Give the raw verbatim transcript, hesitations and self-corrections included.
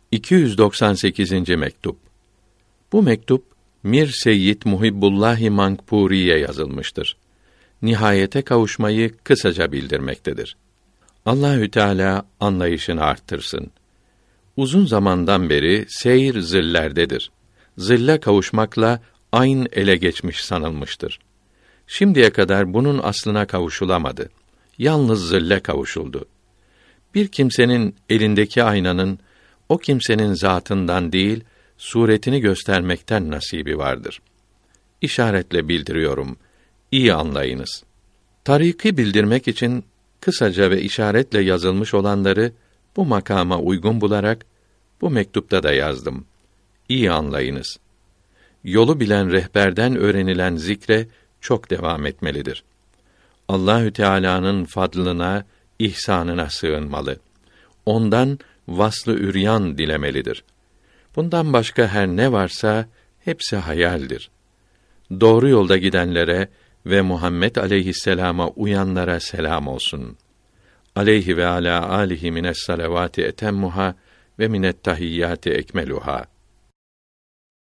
iki yüz doksan sekizinci mektup. Bu mektup Mir Seyyid Muhibbullahi Mankpuri'ye yazılmıştır. Nihayete kavuşmayı kısaca bildirmektedir. Allahü Teala anlayışını arttırsın. Uzun zamandan beri seyir zillerdedir. Zille kavuşmakla ayn ele geçmiş sanılmıştır. Şimdiye kadar bunun aslına kavuşulamadı. Yalnız zille kavuşuldu. Bir kimsenin elindeki aynanın o kimsenin zatından değil, suretini göstermekten nasibi vardır. İşaretle bildiriyorum. İyi anlayınız. Tariki bildirmek için kısaca ve işaretle yazılmış olanları bu makama uygun bularak bu mektupta da yazdım. İyi anlayınız. Yolu bilen rehberden öğrenilen zikre çok devam etmelidir. Allahü Teala'nın fadlına, ihsanına sığınmalı. Ondan vaslı üryan dilemelidir. Bundan başka her ne varsa hepsi hayaldir. Doğru yolda gidenlere ve Muhammed aleyhisselama uyanlara selam olsun. Aleyhi ve ala alihi mines salavati etemmuha ve minet tahiyyati ekmeluha.